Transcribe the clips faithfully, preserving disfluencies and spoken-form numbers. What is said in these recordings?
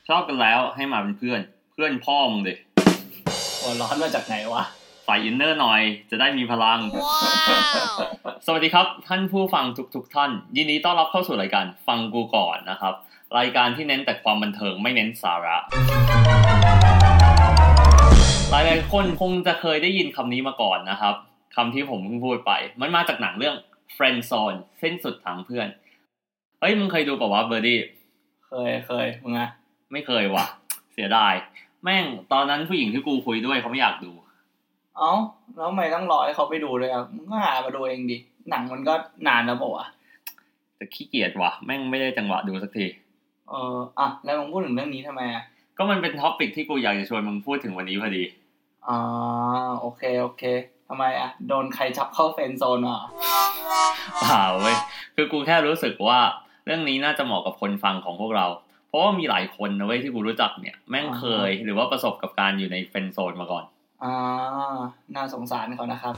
ชอบกันแล้วให้มาเป็นเพื่อนเพื่อนพ่อมึงดิหัวร้อนมาจากไหนวะใส่อินเนอร์หน่อยจะได้มีพลัง สวัสดีครับท่านผู้ฟังทุกๆท่านยินดีต้อนรับเข้าสู่รายการฟังกูก่อนนะครับรายการที่เน้นแต่ความบันเทิงไม่เน้นสาระหลายๆคนคงจะเคยได้ยินคำนี้มาก่อนนะครับคำที่ผมเพิ่งพูดไปมันมาจากหนังเรื่อง Friend Zone เส้นสุดทางเพื่อนเฮ้ยมึงเคยดูป่าววะเบอร์ดี้เคยเคยมึงอะไม่เคยว่ะเสียดายแม่งตอนนั้นผู้หญิงที่กูคุยด้วยเขาไม่อยากดูเอ้าแล้วทำไมต้องรอให้เขาไปดูเลยอ่ะมึงก็หามาดูเองดิหนังมันก็นานแล้วป่าวะแต่ขี้เกียจว่ะแม่งไม่ได้จังหวะดูสักทีเอออ่ะแล้วมึงพูดถึงเรื่องนี้ทำไมอ่ะก็มันเป็นท็อปิกที่กูอยากจะชวนมึงพูดถึงวันนี้พอดีอ๋อโอเคโอเคทำไมอ่ะโดนใครจับเข้าเฟรนด์โซนอ่ะเปล่าเว้ยคือกูแค่รู้สึกว่าเรื่องนี้น่าจะเหมาะกับคนฟังของพวกเราเพราะว่ามีหลายคนนะเว้ยที่กูรู้จักเนี่ยแม่งเคยหรือว่าประสบกับการอยู่ในเฟรนด์โซนมาก่อนอ่าน่าสงสารเขานะครับ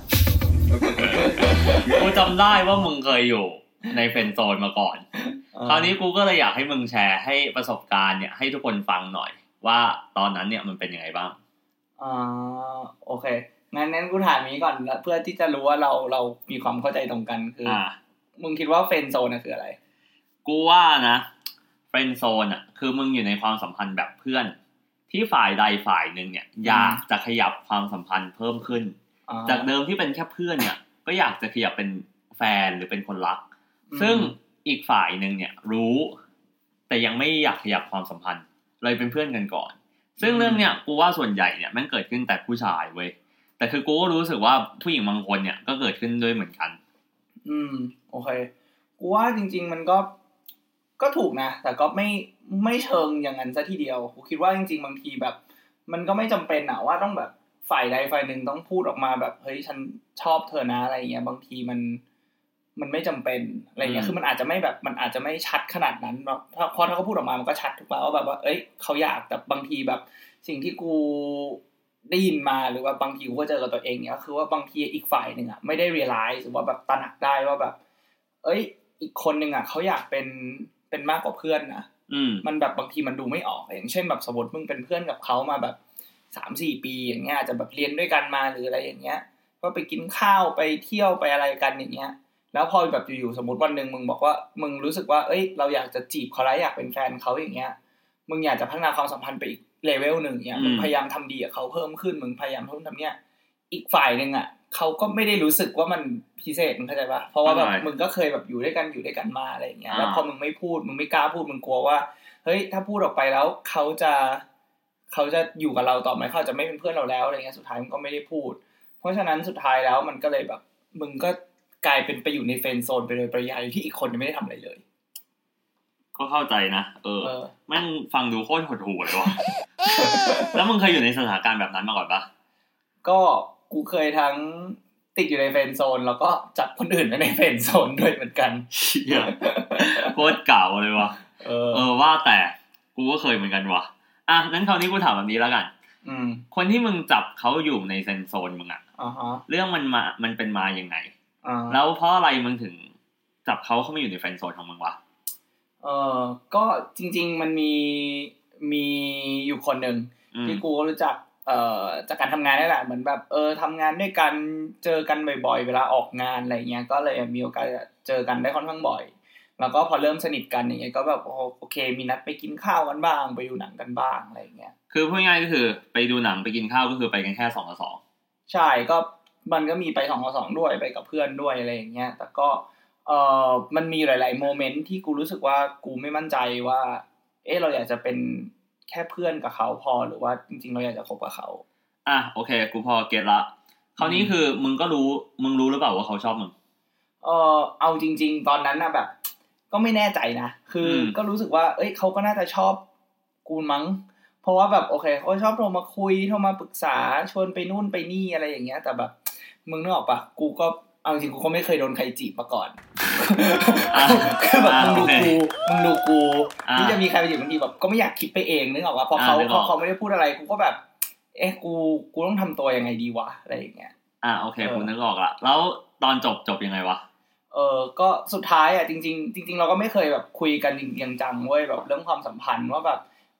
กูจำได้ว่ามึงเคยอยู่ในเฟรนด์โซนมาก่อนคราวนี้กูก็เลยอยากให้มึงแชร์ให้ประสบการณ์เนี่ยให้ทุกคนฟังหน่อยว่าตอนนั้นเนี่ยมันเป็นยังไงบ้างอ่าโอเคงั้นงั้นกูถามนี้ก่อนเพื่อที่จะรู้ว่าเราเรามีความเข้าใจตรงกันคืออ่ามึงคิดว่าเฟรนด์โซนน่ะคืออะไรกูว่านะเฟรนด์โซนอ่ะคือมึงอยู่ในความสัมพันธ์แบบเพื่อนที่ฝ่ายใดฝ่ายหนึ่งเนี่ยอยากจะขยับความสัมพันธ์เพิ่มขึ้นจากเดิมที่เป็นแค่เพื่อนเนี่ยก็อยากจะขยับเป็นแฟนหรือเป็นคนรักซึ่งอีกฝ่ายหนึ่งเนี่ยรู้แต่ยังไม่อยากขยับความสัมพันธ์เลยเป็นเพื่อนกันก่อนซึ่งเรื่องเนี่ยกูว่าส่วนใหญ่เนี่ยมันเกิดขึ้นแต่ผู้ชายเว้ยแต่คือกูก็รู้สึกว่าผู้หญิงบางคนเนี่ยก็เกิดขึ้นด้วยเหมือนกันอืมโอเคกูว่าจริงๆมันก็ก็ถูกนะแต่ก็ไม่ไม่เชิงอย่างนั้นซะทีเดียวกูคิดว่าจริงๆบางทีแบบมันก็ไม่จำเป็นอะว่าต้องแบบฝ่ายใดฝ่ายหนึ่งต้องพูดออกมาแบบเฮ้ยฉันชอบเธอนะอะไรเงี้ยบางทีมันมันไม่จำเป็นอะไรเงี้ยคือมันอาจจะไม่แบบมันอาจจะไม่ชัดขนาดนั้นเพราะพอถ้าเขาพูดออกมามันก็ชัดถูกป่ะว่าแบบว่าเอ้ยเขาอยากแต่บางทีแบบสิ่งที่กูได้ยินมาหรือว่าบางทีกูก็เจอกับตัวเองเนี่ยคือว่าบางทีอีกฝ่ายนึงอ่ะไม่ได้ realize หรือว่าแบบตระหนักได้ว่าแบบเอ้ยอีกคนนึงอ่ะเขาอยากเป็นเป็นมากกว่าเพื่อนนะมันแบบบางทีมันดูไม่ออกอย่างเช่นแบบสมมติมึงเป็นเพื่อนกับเขามาแบบ สามสี่ ปีอย่างเงี้ยอาจจะแบบเรียนด้วยกันมาหรืออะไรอย่างเงี้ยก็ไปกินข้าวไปเที่ยวไปอะไรกันอย่างเงี้ยแล้วพอแบบอยู่ๆสมมติวันนึงมึงบอกว่ามึงรู้สึกว่าเอ้ยเราอยากจะจีบเขาแล้วอยากเป็นแฟนเขาอย่างเงี้ยมึงอยากจะพัฒนาความสัมพันธ์ไปอีกเลเวลนึงเนี่ยมึงพยายามทำดีกับเขาเพิ่มขึ้นมึงพยายามทำทำเนี้ยอีกฝ่ายนึงอ่ะเขาก็ไม่ได้รู้สึกว่ามันพิเศษมึงเข้าใจป่ะเพราะว่าแบบมึงก็เคยแบบอยู่ด้วยกันอยู่ด้วยกันมาอะไรอย่างเงี้ยแล้วพอมึงไม่พูดมึงไม่กล้าพูดมึงกลัวว่าเฮ้ยถ้าพูดออกไปแล้วเขาจะเขาจะอยู่กับเราต่อไหมเขาจะไม่เป็นเพื่อนเราแล้วอะไรเงี้ยสุดท้ายมึงก็ไม่ได้พูดเพราะฉะนั้นสุดท้ายแล้วมันก็เลยแบบมึงก็กลายเป็นไปอยู่ในเฟรนด์โซนไปโดยปริยายที่อีกคนยังไม่ได้ทำอะไรเลยก็เข้าใจนะเออแม่งฟังดูโคตรหดหู่เลยว่ะ แล้วมึงเคยอยู่ในสถานการณ์แบบนั้นมาก่อนปะก็กูเคยทั้งติดอยู่ในเฟรนด์โซนแล้วก็จับคนอื่นไว้ในเฟรนด์โซนด้วยเหมือนกันโคตรเก่าเลยว่ะเออเออว่าแต่กูก็เคยเหมือนกันว่ะอ่ะงั้นคราวนี้กูถามแบบนี้แล้วกันอืมคนที่มึงจับเขาอยู่ในเฟรนด์โซนมึงอ่ะอ่าฮะเรื่องมันมามันเป็นมายังไงอ่าแล้วเพราะอะไรมึงถึงจับเขาเข้ามาอยู่ในเฟรนด์โซนของมึงวะเออก็จริงๆมันมีมีอยู่คนนึงที่กูรู้จักเอ่อจากการทำงานนี่แหละเหมือนแบบเออทำงานด้วยกันเจอกันบ่อยๆเวลาออกงานอะไรเงี้ยก็เลยมีโอกาสเจอกันได้ค่อนข้างบ่อยแล้วก็พอเริ่มสนิทกันอย่างเงี้ยก็แบบโอเคมีนัดไปกินข้าวกันบ้างไปดูหนังกันบ้างอะไรเงี้ยคือพูดง่ายๆก็คือไปดูหนังไปกินข้าวก็คือไปกันแค่สองต่อสองใช่ก็มันก็มีไปสองต่อสองด้วยไปกับเพื่อนด้วยอะไรอย่างเงี้ยแต่ก็เอ่อมันมีหลายๆโมเมนต์ที่กูรู้สึกว่ากูไม่มั่นใจว่าเออเราอยากจะเป็นแค่เพื่อนกับเขาพอหรือว่าจริงๆเราอยากจะคบกับเขาอ่ะโอเคกูพอเก็ทละคราวนี้คือมึงก็รู้มึงรู้หรือเปล่าว่าเขาชอบมึงเออเอาจริงๆตอนนั้นน่ะแบบก็ไม่แน่ใจนะคือก็รู้สึกว่าเอ้ยเขาก็น่าจะชอบกูมั้งเพราะว่าแบบโอเคเขาชอบโทรมาคุยโทรมาปรึกษาชวนไปนู่นไปนี่อะไรอย่างเงี้ยแต่แบบมึงนึกออกปะกูก็เอาจริงกูก็ไม่เคยโดนใครจีบมาก่อนคือแบบมึงดูกูมึงดูกูที่จะมีใครไปจีบบางทีแบบก็ไม่อยากคิดไปเองนึกออกปะพอเขาพอเขาไม่ได้พูดอะไรกูก็แบบเอ๊ะกูกูต้องทำตัวยังไงดีวะอะไรอย่างเงี้ยอ่าโอเคกูนึกออกละแล้วตอนจบจบยังไงวะเออก็สุดท้ายอ่ะจริงๆจริงๆเราก็ไม่เคยแบบคุยกันจริงจังเว้ยแบบเรื่องความสัมพันธ์ว่าแบบ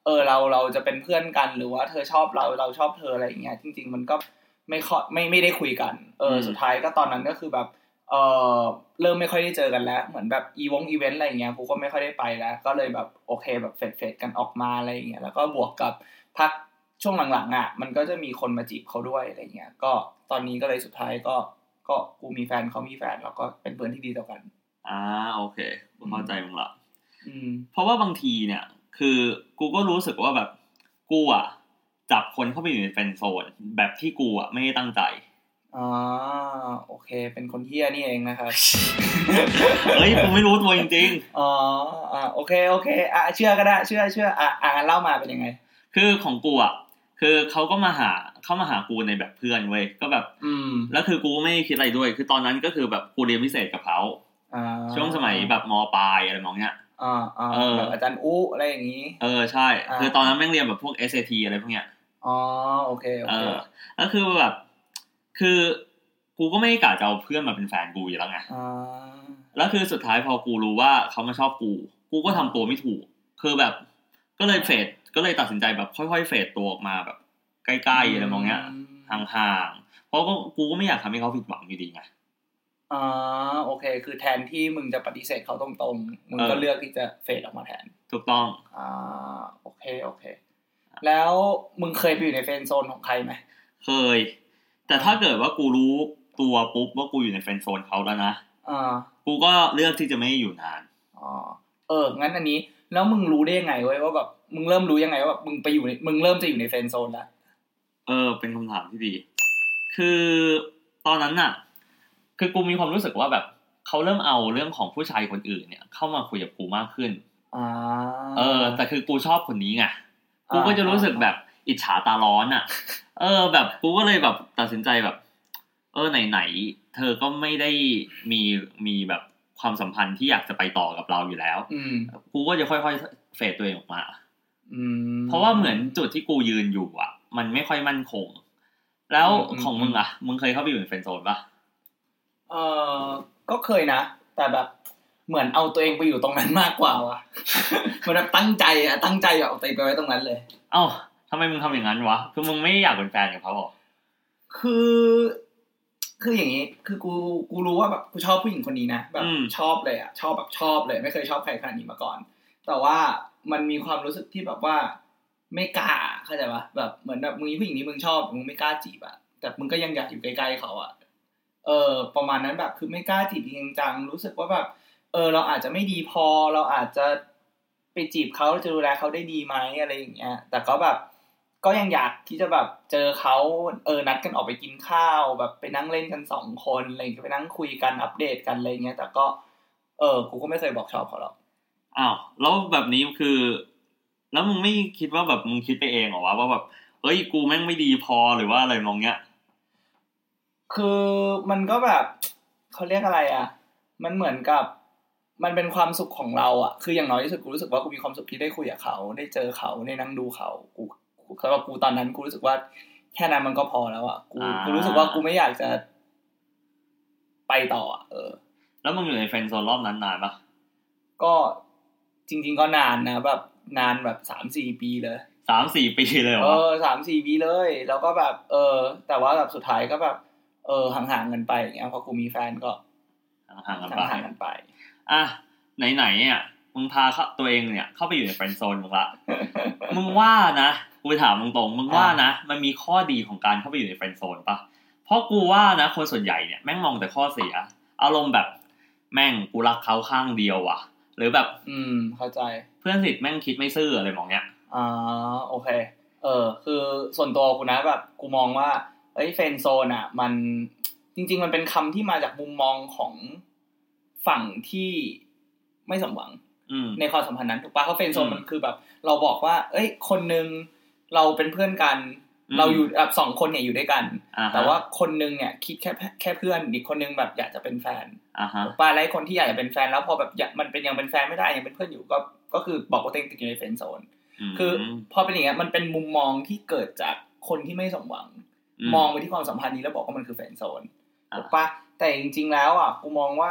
เออเราเราจะเป็นเพื่อนกันหรือว่าเธอชอบเราเราชอบเธออะไรอย่างเงี้ยจริงๆมันก็ไม่ค่อยไม่ไม่ได้คุยกันเออสุดท้ายก็ตอนนั้นก็คือแบบเออเริ่มไม่ค่อยได้เจอกันแล้วเหมือนแบบอีวงอีเวนต์อะไรอย่างเงี้ยกูก็ไม่ค่อยได้ไปแล้วก็เลยแบบโอเคแบบเฟดเฟดกันออกมาอะไรอย่างเงี้ยแล้วก็บวกกับพักช่วงหลังๆอ่ะมันก็จะมีคนมาจีบเขาด้วยอะไรเงี้ยก็ตอนนี้ก็เลยสุดท้ายก็ก็กูมีแฟนเขามีแฟนแล้วก็เป็นเพื่อนที่ดีต่อกันอ่าโอเคกูเข้าใจมึงละอืมเพราะว่าบางทีเนี่ยคือกูก็รู้สึกว่าแบบกูอ่ะจับคนเข้าไปอยู่ในเฟรนด์โซนแบบที่กูอ่ะไม่ได้ตั้งใจอ๋อโอเคเป็นคนเหี้ยนี่เองนะครับเฮ้ยกูไม่รู้ตัวจริงๆอ๋ออ่าโอเคโอเคอ่ะเชื่อก็ได้เชื่อเชื่ออ่ะอ่ะงั้นเล่ามาเป็นยังไงคือของกูอ่ะคือเขาก็มาหาเข้ามาหากูในแบบเพื่อนเว้ยก็แบบอืมแล้วคือกูไม่คิดอะไรด้วยคือตอนนั้นก็คือแบบกูเรียนพิเศษกับเขาอ่าช่วงสมัยแบบม.ปลายอะไรมองเนี้ยอ่าอ่าแบบอาจารย์อุ๊อะไรอย่างงี้เออใช่คือตอนนั้นแม่งเรียนแบบพวก เอส เอ ที อะไรพวกเนี้ยอ๋อโอเคโอเคแล้วคือแบบคือกูก็ไม่กะจะเอาเพื่อนมาเป็นแฟนกูอยู่แล้วไงอ่าแล้วคือสุดท้ายพอกูรู้ว่าเขามาชอบกูกูก็ทำตัวไม่ถูกคือแบบก็เลยเฟดก็เลยตัดสินใจแบบค่อยๆเฟดตัวออกมาแบบใกล้ๆอะไรมองเงี้ยห่างๆเพราะก็กูก็ไม่อยากทำให้เขาผิดหวังอยู่ดีไงอ่าโอเคคือแทนที่มึงจะปฏิเสธเขาตรงๆมึงก็เลือกที่จะเฟดออกมาแทนถูกต้องอ่าโอเคโอเคแล้วมึงเคยไปอยู่ในเฟรนด์โซนของใครไหมเคยแต่ถ้าเกิดว่ากูรู้ตัวปุ๊บว่ากูอยู่ในเฟรนด์โซนเขาแล้วนะอ่ากูก็เลือกที่จะไม่อยู่นานอ๋อเอองั้นอันนี้แล้วมึงรู้ได้ยังไงเว้ยว่าแบบมึงเริ่มรู้ยังไงว่าแบบมึงไปอยู่ในมึงเริ่มจะอยู่ในเฟรนด์โซนแล้วเออเป็นคำถามที่ดีคือตอนนั้นน่ะคือกูมีความรู้สึกว่าแบบเขาเริ่มเอาเรื่องของผู้ชายคนอื่นเนี่ยเข้ามาคุยกับกูมากขึ้นอ่าเออแต่คือกูชอบคนนี้ไงกูก็จะรู้สึกแบบอิจฉาตาร้อนอ่ะเออแบบกูก็เลยแบบตัดสินใจแบบเออไหนๆเธอก็ไม่ได้มีมีแบบความสัมพันธ์ที่อยากจะไปต่อกับเราอยู่แล้วกูก็จะค่อยๆเฟดตัวเองออกมาเพราะว่าเหมือนจุดที่กูยืนอยู่อ่ะมันไม่ค่อยมั่นคงแล้วของมึงอ่ะมึงเคยเข้าไปอยู่ในเฟรนด์โซนป่ะเออก็เคยนะแต่แบบเหมือนเอาตัวเองไปอยู่ตรงนั้นมากกว่าว่ะมันแบบตั้งใจอะตั้งใจเอาตัวเองไปไว้ตรงนั้นเลยเอ้าทำไมมึงทำอย่างนั้นวะคือมึงไม่อยากเป็นแฟนกับเขาหรอคือคืออย่างนี้คือกูกูรู้ว่าแบบกูชอบผู้หญิงคนนี้นะแบบชอบเลยอ่ะชอบแบบชอบเลยไม่เคยชอบใครขนาดนี้มาก่อนแต่ว่ามันมีความรู้สึกที่แบบว่าไม่กล้าเข้าใจป่ะแบบเหมือนแบบมึงมีผู้หญิงที่มึงชอบมึงไม่กล้าจีบอ่ะแต่มึงก็ยังอยากอยู่ใกล้ๆเขาอ่ะเออประมาณนั้นแบบคือไม่กล้าจีบจริงจังรู้สึกว่าแบบเออเราอาจจะไม่ดีพอเราอาจจะไปจีบเขาจะดูแลเขาได้ดีไหมอะไรอย่างเงี้ยแต่ก็แบบก็ยังอยากที่จะแบบเจอเขาเออนัดกันออกไปกินข้าวแบบไปนั่งเล่นกันสองคนอะไรอย่างเงี้ยไปนั่งคุยกันอัปเดตกันอะไรเงี้ยแต่ก็เออกูก็ไม่เคยบอกชอบเขาหรอกอ้าวแล้วแบบนี้คือแล้วมึงไม่คิดว่าแบบมึงคิดไปเองเหรอวะว่าแบบเอ้ยกูแม่งไม่ดีพอหรือว่าอะไรมองเงี้ยคือมันก็แบบเขาเรียกอะไรอ่ะมันเหมือนกับมันเป็นความสุขของเราอ่ะคืออย่างน้อยที่สุดกูรู้สึกว่ากูมีความสุขที่ได้คุยกับเขาได้เจอเขาได้นั่งดูเขากูสำหรับกูตอนนั้นกูรู้สึกว่าแค่นั้นมันก็พอแล้วอ่ะกูกูรู้สึกว่ากูไม่อยากจะไปต่ออ่ะเออแล้วมึงอยู่ในเฟรนด์โซนรอบนั้นนานปะก็จริงๆก็นานนะแบบนานแบบ สามสี่ ปีเลยสามสี่ ปีเลยเหรอเออ สามสี่ ปีเลยแล้วก็แบบเออแต่ว่าแบบสุดท้ายก็แบบเออห่างๆกันไปอย่างเงี้ยพอกูมีแฟนก็ห่างๆกันไปห่างๆกันไปอ่ะไหนๆอ่ะมึงพาตัวเองเนี่ยเข้าไปอยู่ในเฟรนด์โซนมึงละมึงว่านะกูถามตรงๆมึงว่านะมันมีข้อดีของการเข้าไปอยู่ในเฟรนด์โซนปะเพราะกูว่านะคนส่วนใหญ่เนี่ยแม่งมองแต่ข้อเสียอารมณ์แบบแม่งกูรักเขาข้างเดียวว่ะหรือแบบอืมเข้าใจเพื่อนสนิทแม่งคิดไม่ซื่ออะไรมองเนี้ยอ่าโอเคเออคือส่วนตัวกูนะแบบกูมองว่าเอ้ยเฟรนด์โซนอ่ะมันจริงๆมันเป็นคำที่มาจากมุมมองของฝั่งที่ไม่สมหวังในความสัมพันธ์นั้นถูกป่ะเพราะเฟรนด์โซนมันคือแบบเราบอกว่าเอ้ยคนนึงเราเป็นเพื่อนกันเราอยู่แบบสองคนเนี่ยอยู่ด้วยกันแต่ว่าคนนึงเนี่ยคิดแค่แค่เพื่อนอีกคนนึงแบบอยากจะเป็นแฟนถูกป่ะแล้วคนที่อยากจะเป็นแฟนแล้วพอแบบมันเป็นยังเป็นแฟนไม่ได้ยังเป็นเพื่อนอยู่ก็ก็คือบอกว่าตัวเองติดอยู่ในเฟรนด์โซนคือพอเป็นอย่างเงี้ยมันเป็นมุมมองที่เกิดจากคนที่ไม่สมหวังมองไปที่ความสัมพันธ์นี้แล้วบอกว่ามันคือเฟรนด์โซนถูกป่ะแต่จริงๆแล้วอ่ะกูมองว่า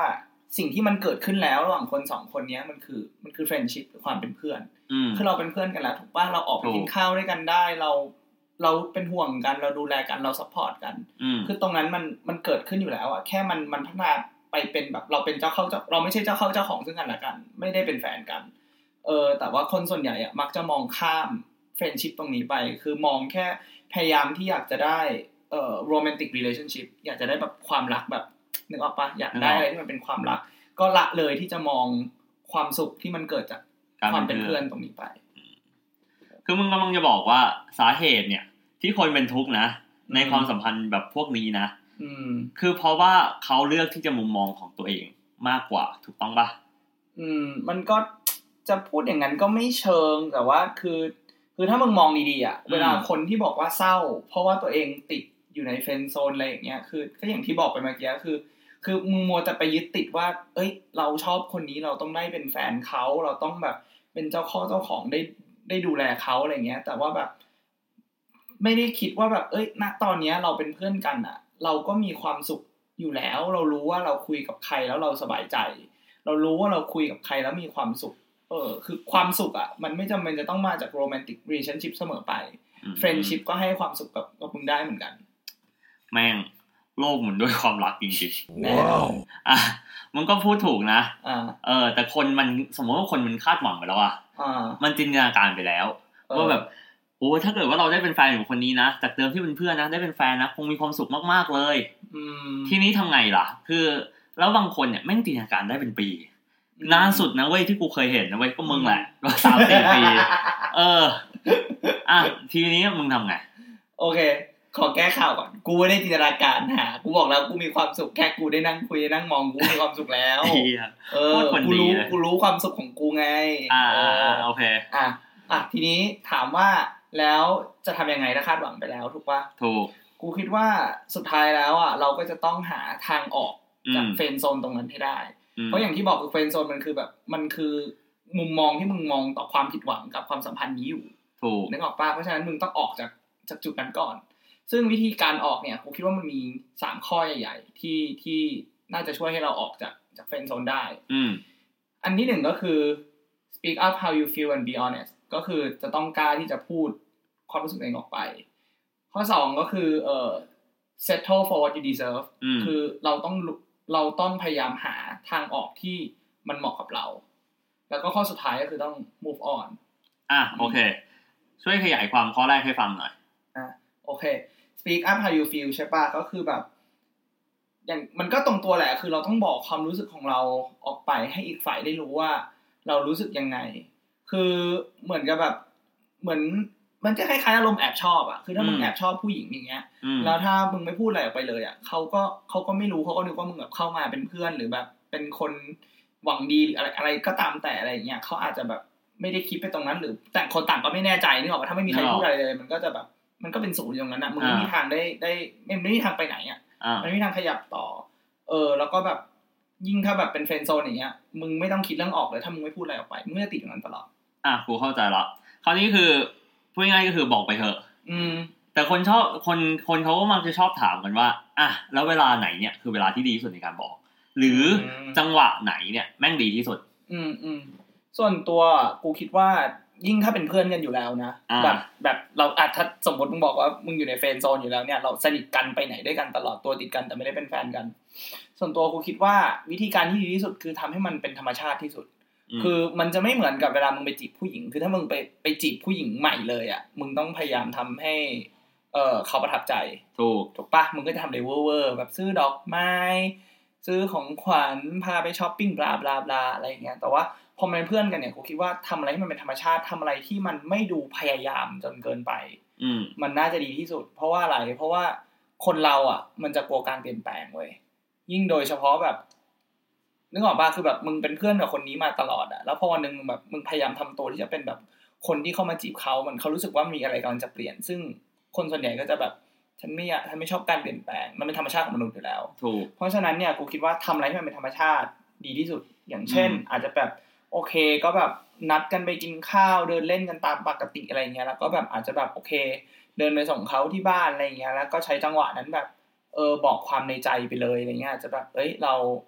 สิ่งที่มันเกิดขึ้นแล้วระหว่างคนสองคนนี้มันคือมันคือ friendship หรือความเป็นเพื่อนคือเราเป็นเพื่อนกันแล้วถูกป่ะเราออกไปกินข้าวด้วยกันได้เราเราเป็นห่วงกันเราดูแลกันเราซัพพอร์ตกันคือตรงนั้นมันมันเกิดขึ้นอยู่แล้วอ่ะแค่มันมันพัฒนาไปเป็นแบบเราเป็นเจ้าเข้าเจ้าเราไม่ใช่เจ้าเข้าเจ้าของซึ่งกันและกันไม่ได้เป็นแฟนกันเออแต่ว่าคนส่วนใหญ่อ่ะมักจะมองข้าม friendship ตรงนี้ไปคือมองแค่พยายามที่อยากจะได้เอ่อ romantic relationship อยากจะได้แบบความรักแบบนึกออกปะอยากได้อะไรที่มันเป็นความรักก็ละเลยที่จะมองความสุขที่มันเกิดจากความเป็นเพื่อนตรงนี้ไปคือมึงกำลังจะบอกว่าสาเหตุเนี่ยที่คนเป็นทุกข์นะในความสัมพันธ์แบบพวกนี้นะคือเพราะว่าเขาเลือกที่จะมุมมองของตัวเองมากกว่าถูกต้องปะอืมมันก็จะพูดอย่างนั้นก็ไม่เชิงแต่ว่าคือคือถ้ามึงมองดีๆอ่ะเวลาคนที่บอกว่าเศร้าเพราะว่าตัวเองติดอยู่ในเฟรนด์โซนอะไรอย่างเงี้ยคือก็อย่างที่บอกไปเมื่อกี้คือคือมึงมัวแต่ไปยึดติดว่าเอ้ยเราชอบคนนี้เราต้องได้เป็นแฟนเขาเราต้องแบบเป็นเจ้าข้อเจ้าของได้ได้ดูแลเขาอะไรเงี้ยแต่ว่าแบบไม่ได้คิดว่าแบบเอ้ยณตอนนี้เราเป็นเพื่อนกันอ่ะเราก็มีความสุขอยู่แล้วเรารู้ว่าเราคุยกับใครแล้วเราสบายใจเรารู้ว่าเราคุยกับใครแล้วมีความสุขเออคือความสุขอ่ะมันไม่จำเป็นจะต้องมาจากโรแมนติกรีเลชั่นชิพเสมอไปเฟรนด์ชิพก็ให้ความสุขกับกับมึงได้เหมือนกันแม่งโลกหมุนด้วยความรักจริงๆว้าวอ่ะมันก็พูดถูกนะอ่าเออแต่คนมันสมมติว่าคนมันคาดหวังไปแล้วอ่ะอ่ามันจินตนาการไปแล้วว่าแบบโอ้ถ้าเกิดว่าเราได้เป็นแฟนของคนนี้นะจากเดิมที่เป็นเพื่อนนะได้เป็นแฟนนะคงมีความสุขมากๆเลยอืมทีนี้ทำไงล่ะคือแล้วบางคนเนี่ยแม่งจินตนาการได้เป็นปีนานสุดนะเว้ยที่กูเคยเห็นนะเว้ยก็มึงแหละก็ สามถึงสี่ ปีเอออ่ะทีนี้มึงทำไงโอเคขอแก้ข่าวก่อนกูไม่ได้จินตนาการหากูบอกแล้วกูมีความสุขแค่กูได้นั่งคุยนั่งมองกูมีความสุขแล้วเออกูรู้กูรู้ความสุขของกูไงอ่าโอเคอ่ะอ่ะทีนี้ถามว่าแล้วจะทำยังไงถ้าคาดหวังไปแล้วถูกป่ะถูกกูคิดว่าสุดท้ายแล้วอ่ะเราก็จะต้องหาทางออกจากเฟรนด์โซนตรงนั้นให้ได้เพราะอย่างที่บอกคือเฟรนด์โซนมันคือแบบมันคือมุมมองที่มึงมองต่อความผิดหวังกับความสัมพันธ์นี้อยู่ถูกนึกออกป่ะเพราะฉะนั้นมึงต้องออกจากจากจุดนั้นก่อนซึ่งวิธีการออกเนี่ยกูคิดว่ามันมีสามข้อใหญ่ๆที่ที่น่าจะช่วยให้เราออกจากจากเฟรนด์โซนได้อืมอันที่หนึ่งก็คือ speak up how you feel and be honest ก็คือจะต้องกล้าที่จะพูดความรู้สึกเองออกไปข้อสองก็คือเอ่อ settle for what you deserve คือเราต้องเราต้องพยายามหาทางออกที่มันเหมาะกับเราแล้วก็ข้อสุดท้ายก็คือต้อง move on อ่ะโอเคช่วยขยายความข้อแรกให้ฟังหน่อยอ่ะโอเค speak up how you feel ใช่ป่ะก็คือแบบอย่างมันก็ตรงตัวแหละคือเราต้องบอกความรู้สึกของเราออกไปให้อีกฝ่ายได้รู้ว่าเรารู้สึกยังไงคือเหมือนกับแบบเหมือนมันจะคล้ายๆอารมณ์แอบชอบอ่ะคือถ้ามึงแอบชอบผู้หญิงอย่างเงี้ยแล้วถ้ามึงไม่พูดอะไรออกไปเลยอ่ะเขาก็เขาก็ไม่รู้เขาก็นึกว่ามึงแบบเข้ามาเป็นเพื่อนหรือแบบเป็นคนหวังดีอะไรอะไรก็ตามแต่อะไรอย่างเงี้ยเขาอาจจะแบบไม่ได้คิดไปตรงนั้นหรือแต่คนต่างก็ไม่แน่ใจนึกออกป่ะถ้าไม่มีใครพูดอะไรเลยมันก็จะแบบมันก็เป็นศูนย์ตรงนั้นอ่ะมึงไม่มีทางได้ได้ไม่มีทางไปไหนอ่ะมันไม่มีทางขยับต่อเออแล้วก็แบบยิ่งถ้าแบบเป็นเฟรนด์โซนอย่างเงี้ยมึงไม่ต้องคิดเรื่องออกเลยถ้ามึงไม่พูดอะไรออกไปมึงจะติดอย่างนั้นตลอดอ่ะกูเข้าใจละคราวนี้คือพูดง่ายๆก็คือบอกไปเถอะอืมแต่คนชอบคนคนเขาก็มักจะชอบถามกันว่าอ่ะแล้วเวลาไหนเนี่ยคือเวลาที่ดีที่สุดในการบอกหรือจังหวะไหนเนี่ยแม่งดีที่สุดอืมอืมส่วนตัวกูคิดว่ายิ่งถ้าเป็นเพื่อนกันอยู่แล้วนะแบบแบบเราอาจถ้าสมมติมึงบอกว่ามึงอยู่ในเฟรนด์โซนอยู่แล้วเนี่ยเราสนิทกันไปไหนด้วยกันตลอดตัวติดกันแต่ไม่ได้เป็นแฟนกันส่วนตัวกูคิดว่าวิธีการที่ดีที่สุดคือทำให้มันเป็นธรรมชาติที่สุดคือมันจะไม่เหมือนกับเวลามึงไปจีบผู้หญิงคือถ้ามึงไปไปจีบผู้หญิงใหม่เลยอ่ะมึงต้องพยายามทำให้เออเขาประทับใจถูกถูกปะมึงก็จะทำเลยเวอร์ๆแบบซื้อดอกไม้ซื้อของขวัญพาไปช้อปปิ้งบลาบลาบลาอะไรอย่างเงี้ยแต่ว่าพอมันเป็นเพื่อนกันเนี่ยกูคิดว่าทำอะไรให้มันเป็นธรรมชาติทำอะไรที่มันไม่ดูพยายามจนเกินไปอืมมันน่าจะดีที่สุดเพราะว่าอะไรเพราะว่าคนเราอ่ะมันจะกลัวการเปลี่ยนแปลงเว้ยยิ่งโดยเฉพาะแบบนึกออกป่ะคือแบบมึงเป็นเพื่อนกับคนนี้มาตลอดอะแล้วพอวันนึงมึงแบบมึงพยายามทำตัวที่จะเป็นแบบคนที่เข้ามาจีบเขามันเขารู้สึกว่ามีอะไรกำลังจะเปลี่ยนซึ่งคนส่วนใหญ่ก็จะแบบฉันไม่อยากฉันไม่ชอบการเปลี่ยนแปลงมันเป็นธรรมชาติของมนุษย์อยู่แล้วถูกเพราะฉะนั้นเนี่ยกูคิดว่าทำอะไรให้มันเป็นธรรมชาติดีที่สุดอย่างเช่นอาจจะแบบโอเคก็แบบนัดกันไปกินข้าวเดินเล่นกันตามปกติอะไรเงี้ยแล้วก็แบบอาจจะแบบโอเคเดินไปส่งเขาที่บ้านอะไรเงี้ยแล้วก็ใช้จังหวะนั้นแบบเออบอกความในใจไปเลยอะไรเงี้ยอาจจะแบบเอ้ยเรา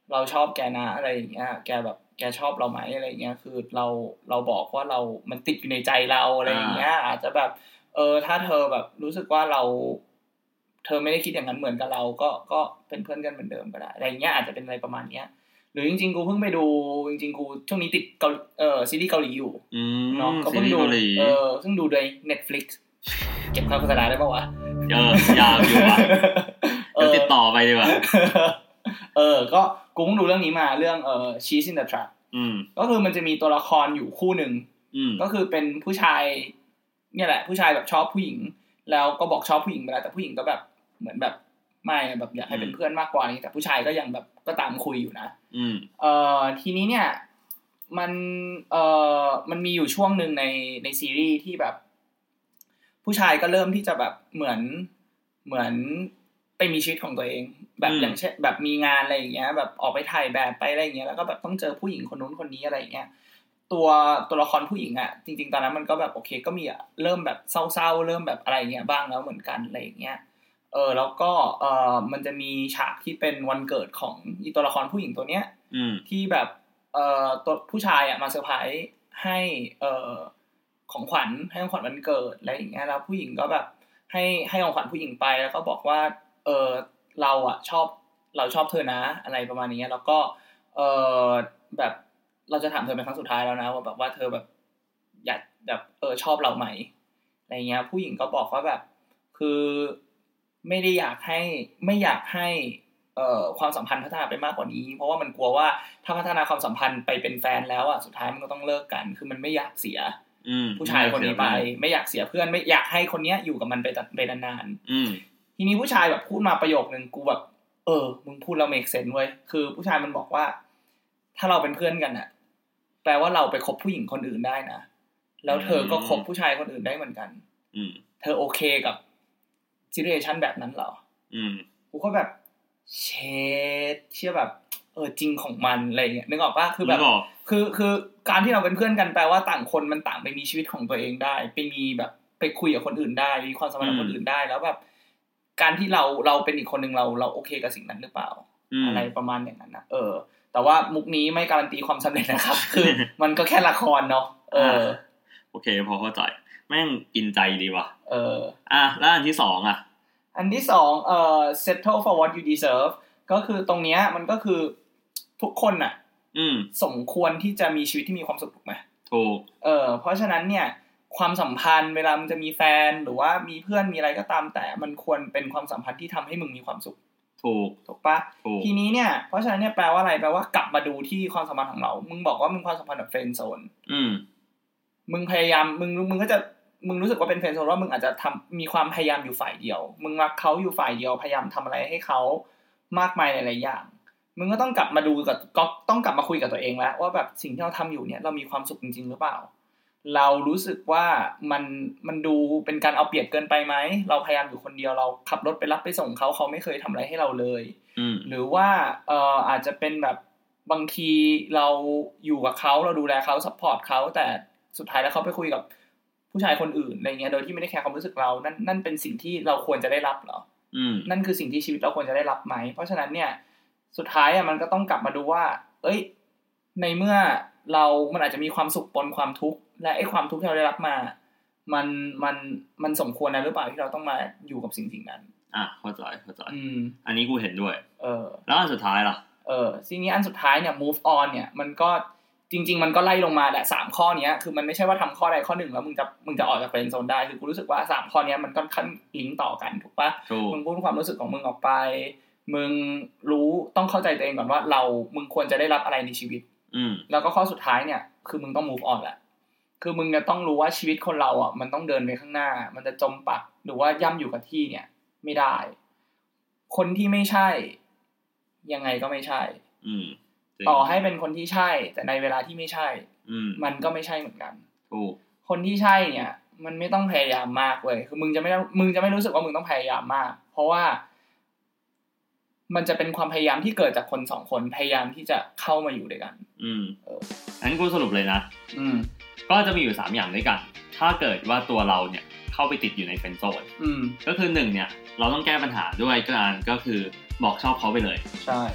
เราชอบแกนะอะไรอย่างเงี้ยแกแบบแกชอบเราไหมอะไรเงี้ยคือเราเราบอกว่าเรามันติดอยู่ในใจเราอะไรอย่างเงี้ยอาจจะแบบเออถ้าเธอแบบรู้สึกว่าเราเธอไม่ได้คิดอย่างนั้นเหมือนกับเราก็ก็เป็นเพื่อนกันเหมือนเดิมก็ได้อะไรเงี้ยอาจจะเป็นอะไรประมาณเนี้ยหรือจริงๆกูเพิ่งไปดูจริงๆกูช่วงนี้ติดเกาเอ่อซีรีส์เกาหลีอยู่เนาะก็เพิ่งดูเออซึ่งดูใน Netflix เก็บค่าโฆษณาได้ป่าววะเออยาวอยู่อ่ะเดี๋ยวติดต่อไปดีกว่าเออก็กูเพิ่งดูเรื่องนี้มาเรื่องเอ่อ Cheese in the Trap อืมก็คือมันจะมีตัวละครอยู่คู่นึงก็คือเป็นผู้ชายเนี่ยแหละผู้ชายแบบชอบผู้หญิงแล้วก็บอกชอบผู้หญิงไปแล้วแต่ผู้หญิงก็แบบเหมือนแบบไม่แบบอยากให้เป็นเพื่อนมากกว่านี้แต่ผู้ชายก็ยังแบบก็ตามคุยอยู่นะอืมเอ่อทีนี้เนี่ยมันเอ่อมันมีอยู่ช่วงนึงในในซีรีส์ที่แบบผู้ชายก็เริ่มที่จะแบบเหมือนเหมือนไปมีชีวิตของตัวเองแบบอย่างเช่นแบบมีงานอะไรอย่างเงี้ยแบบออกไปถ่ายแบบไปอะไรอย่างเงี้ยแล้วก็แบบต้องเจอผู้หญิงคนนู้นคนนี้อะไรอย่างเงี้ยตัวตัวละครผู้หญิงอ่ะจริงๆตอนนั้นมันก็แบบโอเคก็มีอ่ะเริ่มแบบเศร้าๆเริ่มแบบอะไรอย่างเงี้ยบ้างแล้วเหมือนกันอะไรอย่างเงี้ยเออแล้วก็เออมันจะมีฉากที่เป็นวันเกิดของอีตัวละครผู้หญิงตัวเนี้ยที่แบบเออตัวผู้ชายอ่ะมาเซอร์ไพรส์ให้เออของขวัญให้ของขวัญวันเกิดอะไรอย่างเงี้ยแล้วผู้หญิงก็แบบให้ให้ของขวัญผู้หญิงไปแล้วก็บอกว่าเออเราอ่ะชอบเราชอบเธอนะอะไรประมาณนี้แล้วก็เออแบบเราจะถามเธอเป็นครั้งสุดท้ายแล้วนะว่าแบบว่าเธอแบบอยากแบบเออชอบเราไหมอะไรเงี้ยผู้หญิงก็บอกว่าแบบคือไม่ได้อยากให้ไม่อยากให้เอ่อความสัมพันธ์พัฒนาไปมากกว่านี้เพราะว่ามันกลัวว่าถ้าพัฒนาความสัมพันธ์ไปเป็นแฟนแล้วอ่ะสุดท้ายมันก็ต้องเลิกกันคือมันไม่อยากเสียผู้ชายคนนี้ไปไม่อยากเสียเพื่อนไม่อยากให้คนเนี้ยอยู่กับมันไปไปนานๆทีนี้ผู้ชายแบบพูดมาประโยคนึงกูแบบเออมึงพูดแล้ว make sense เว้ยคือผู้ชายมันบอกว่าถ้าเราเป็นเพื่อนกันน่ะแปลว่าเราไปคบผู้หญิงคนอื่นได้นะแล้วเธอก็คบผู้ชายคนอื่นได้เหมือนกันเธอโอเคกับซิทูเอชั่นแบบนั้นเหรอกูก็แบบเชดเชื่อแบบเออจริงของมันอะไรเงี้ยนึกออกป่ะคือแบบคือคือการที่เราเป็นเพื่อนกันแปลว่าต่างคนมันต่างไปมีชีวิตของตัวเองได้ไปมีแบบไปคุยกับคนอื่นได้มีความสัมพันธ์กับคนอื่นได้แล้วแบบการที่เราเราเป็นอีกคนนึงเราเราโอเคกับสิ่งนั้นหรือเปล่าอะไรประมาณอย่างนั้นนะเออแต่ว่ามุกนี้ไม่การันตีความสำเร็จนะครับคือมันก็แค่ละครเนาะเออโอเคพอเข้าใจแม่งอินใจดีว่ะเอออ่ะแล้วอันที่สองอ่ะอันที่สองเอ่อ settle for what you deserve ก็คือตรงเนี้ยมันก็คือทุกคนน่ะสมควรที่จะมีชีวิตที่มีความสุขถูกไหมถูกเออเพราะฉะนั้นเนี่ยความสัมพันธ์เวลามันจะมีแฟนหรือว่ามีเพื่อนมีอะไรก็ตามแต่มันควรเป็นความสัมพันธ์ที่ทำให้มึงมีความสุขถูกถูกปะทีนี้เนี่ยเพราะฉะนั้นเนี่ยแปลว่าอะไรแปลว่ากลับมาดูที่ความสัมพันธ์ของเรามึงบอกว่ามึงความสัมพันธ์แบบเฟรนด์โซนอืมมึงพยายามมึงมึงก็จะมึงรู้สึกว่าเป็นเฟรนด์โซนว่ามึงอาจจะทำมีความพยายามอยู่ฝ่ายเดียวมึงรักเขาอยู่ฝ่ายเดียวพยายามทำอะไรให้เขามากมายหลายๆอย่างมึงก็ต้องกลับมาดูกับก็ต้องกลับมาคุยกับตัวเองแล้วว่าแบบสิ่งที่เราทำอยู่เนี่ยเรามีความสุขจริงๆหรือเปล่าเรารู้สึกว่ามันมันดูเป็นการเอาเปรียบเกินไปไหมเราพยายามอยู่คนเดียวเราขับรถไปรับไปส่งเขาเขาไม่เคยทำอะไรให้เราเลยหรือว่าเอ่ออาจจะเป็นแบบบางทีเราอยู่กับเขาเราดูแลเขาซัพพอร์ตเขาแต่สุดท้ายแล้วเขาไปคุยกับผู้ชายคนอื่นอะไรเงี้ยโดยที่ไม่ได้แคร์ความรู้สึกเรานั่นนั่นเป็นสิ่งที่เราควรจะได้รับเหรอนั่นคือสิ่งที่ชีวิตเราควรจะได้รับไหมเพราะฉะนั้นเนี่ยสุดท้ายอ่ะมันก็ต้องกลับมาดูว่าเอ้ยในเมื่อเรามันอาจจะมีความสุขปนความทุกข์และไอ้ความทุกข์ที่เราได้รับมามันมันมันสมควรนะหรือเปล่าที่เราต้องมาอยู่กับสิ่งสิ่งนั้นอ่ะเข้าใจเข้าใจอืมอันนี้กูเห็นด้วยเออแล้วอันสุดท้ายล่ะเออสิ่งนี้อันสุดท้ายเนี่ย move on เนี่ยมันก็จริงๆมันก็ไล่ลงมาแหละสามข้อเนี้ยคือมันไม่ใช่ว่าทำข้อใดข้อหนึ่งแล้วมึงจะมึงจะออกจากเฟรนด์โซนได้คือกูรู้สึกว่าสามข้อเนี้ยมันค่อนข้างลิงก์ต่อกันถูกป่ะมึงพูดความรู้สึกของมึงออกไปมึงรู้ต้องเข้าใจตัวเองก่อนว่าเรามึงควรจะได้รับอะไรในชีวิตแล้วก็ข้อสุดท้ายเนี่ยคือมึงต้อง move on แหละคือมึงจะต้องรู้ว่าชีวิตคนเราอ่ะมันต้องเดินไปข้างหน้ามันจะจมปักหรือว่าย่ำอยู่กับที่เนี่ยไม่ได้คนที่ไม่ใช่ยังไงก็ไม่ใช่ต่อให้เป็นคนที่ใช่แต่ในเวลาที่ไม่ใช่มันก็ไม่ใช่เหมือนกันถูกคนที่ใช่เนี่ยมันไม่ต้องพยายามมากเว้ยคือมึงจะไม่มึงจะไม่รู้สึกว่ามึงต้องพยายามมากเพราะว่ามันจะเป็นความพยายามที่เกิดจากคนสองคนพยายามที่จะเข้ามาอยู่ด้วยกันอืมเอองั้นกูสรุปเลยนะอืมก็จะมีอยู่สามอย่างด้วยกันถ้าเกิดว่าตัวเราเนี่ยเข้าไปติดอยู่ในเฟรนด์โซนอืมก็คือหนึ่งเนี่ยเราต้องแก้ปัญหาด้วยการก็คือบอกชอบเขาไปเลยใช่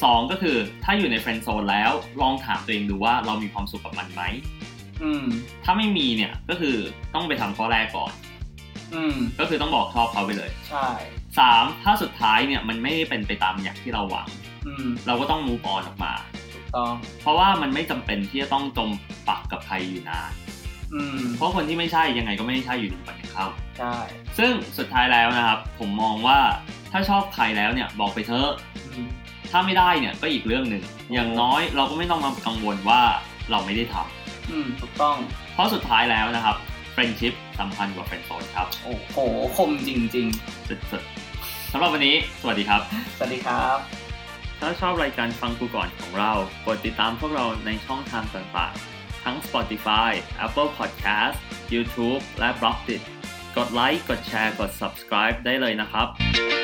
สองก็คือถ้าอยู่ในเฟรนด์โซนแล้วลองถามตัวเองดูว่าเรามีความสุขกับมันไหมอืมถ้าไม่มีเนี่ยก็คือต้องไปทำข้อแรกก่อนอืมก็คือต้องบอกชอบเขาไปเลยใช่สามถ้าสุดท้ายเนี่ยมันไม่ได้เป็นไปตามอย่างที่เราหวังอืมเราก็ต้อง move on ออกมาถูกต้องเพราะว่ามันไม่จำเป็นที่จะต้องจมปักกับใครอยู่นานอืมเพราะคนที่ไม่ใช่ยังไงก็ไม่ใช่อยู่ดีวันหนึ่งเข้าใช่ซึ่งสุดท้ายแล้วนะครับผมมองว่าถ้าชอบใครแล้วเนี่ยบอกไปเถอะถ้าไม่ได้เนี่ยก็อีกเรื่องหนึ่งอย่างน้อยเราก็ไม่ต้องมากังวลว่าเราไม่ได้ทำอืมถูกต้องเพราะสุดท้ายแล้วนะครับเฟรนด์ชิพสำคัญกว่าเฟรนด์โซนครับโอ้โหคมจริงๆสุดๆสำหรับวันนี้สวัสดีครับสวัสดีครับถ้าชอบรายการฟังกูก่อนของเรากดติดตามพวกเราในช่องทางต่างๆทั้ง Spotify, Apple Podcast, YouTube และ Blockdit กดไลค์กดแชร์กด Subscribe ได้เลยนะครับ